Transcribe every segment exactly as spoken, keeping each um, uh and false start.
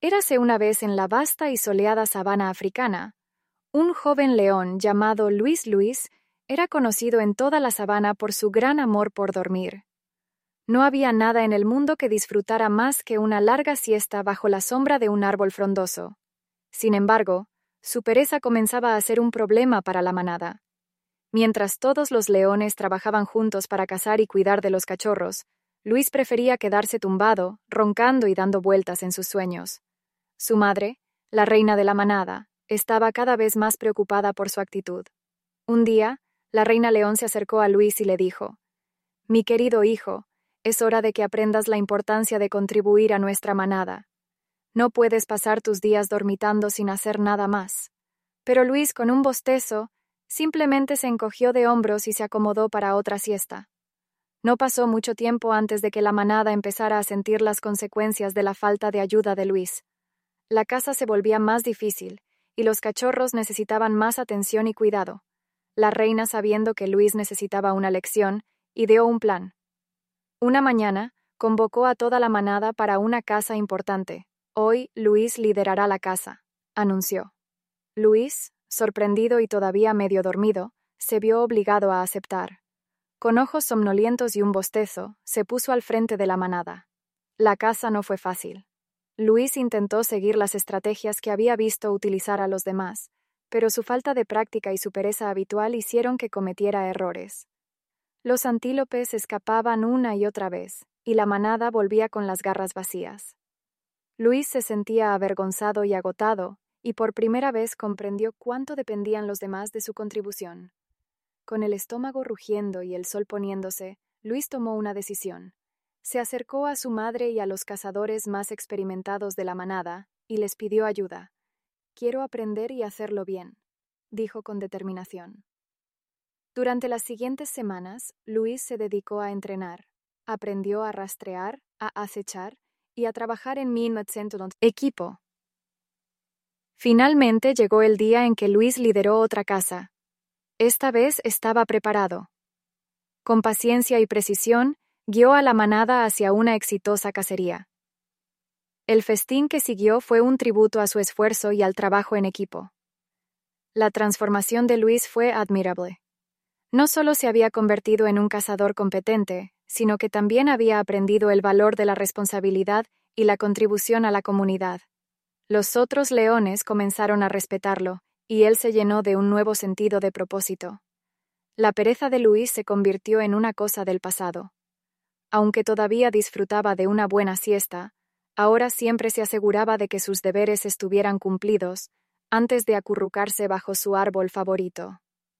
Érase una vez en la vasta y soleada sabana africana. Un joven león llamado Luis Luis era conocido en toda la sabana por su gran amor por dormir. No había nada en el mundo que disfrutara más que una larga siesta bajo la sombra de un árbol frondoso. Sin embargo, su pereza comenzaba a ser un problema para la manada. Mientras todos los leones trabajaban juntos para cazar y cuidar de los cachorros, Luis prefería quedarse tumbado, roncando y dando vueltas en sus sueños. Su madre, la reina de la manada, estaba cada vez más preocupada por su actitud. Un día, la reina león se acercó a Luis y le dijo: «Mi querido hijo, es hora de que aprendas la importancia de contribuir a nuestra manada. No puedes pasar tus días dormitando sin hacer nada más». Pero Luis, con un bostezo, simplemente se encogió de hombros y se acomodó para otra siesta. No pasó mucho tiempo antes de que la manada empezara a sentir las consecuencias de la falta de ayuda de Luis. La caza se volvía más difícil, y los cachorros necesitaban más atención y cuidado. La reina, sabiendo que Luis necesitaba una lección, ideó un plan. Una mañana, convocó a toda la manada para una caza importante. «Hoy, Luis liderará la caza», anunció. Luis, sorprendido y todavía medio dormido, se vio obligado a aceptar. Con ojos somnolientos y un bostezo, se puso al frente de la manada. La caza no fue fácil. Luis intentó seguir las estrategias que había visto utilizar a los demás, pero su falta de práctica y su pereza habitual hicieron que cometiera errores. Los antílopes escapaban una y otra vez, y la manada volvía con las garras vacías. Luis se sentía avergonzado y agotado, y por primera vez comprendió cuánto dependían los demás de su contribución. Con el estómago rugiendo y el sol poniéndose, Luis tomó una decisión. Se acercó a su madre y a los cazadores más experimentados de la manada, y les pidió ayuda. «Quiero aprender y hacerlo bien», dijo con determinación. Durante las siguientes semanas, Luis se dedicó a entrenar. Aprendió a rastrear, a acechar y a trabajar en equipo. Finalmente llegó el día en que Luis lideró otra caza. Esta vez estaba preparado. Con paciencia y precisión, guió a la manada hacia una exitosa cacería. El festín que siguió fue un tributo a su esfuerzo y al trabajo en equipo. La transformación de Luis fue admirable. No solo se había convertido en un cazador competente, sino que también había aprendido el valor de la responsabilidad y la contribución a la comunidad. Los otros leones comenzaron a respetarlo, y él se llenó de un nuevo sentido de propósito. La pereza de Luis se convirtió en una cosa del pasado. Aunque todavía disfrutaba de una buena siesta, ahora siempre se aseguraba de que sus deberes estuvieran cumplidos antes de acurrucarse bajo su árbol favorito.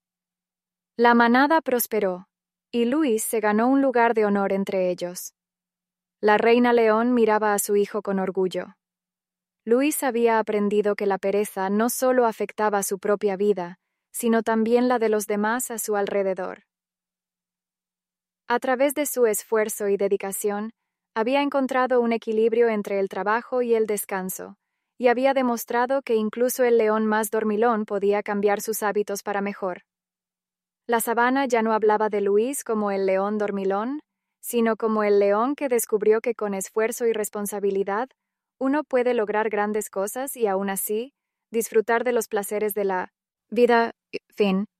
La manada prosperó, y Luis se ganó un lugar de honor entre ellos. La reina león miraba a su hijo con orgullo. Luis había aprendido que la pereza no solo afectaba su propia vida, sino también la de los demás a su alrededor. A través de su esfuerzo y dedicación, había encontrado un equilibrio entre el trabajo y el descanso, y había demostrado que incluso el león más dormilón podía cambiar sus hábitos para mejor. La sabana ya no hablaba de Luis como el león dormilón, sino como el león que descubrió que con esfuerzo y responsabilidad uno puede lograr grandes cosas y aún así disfrutar de los placeres de la vida. Fin.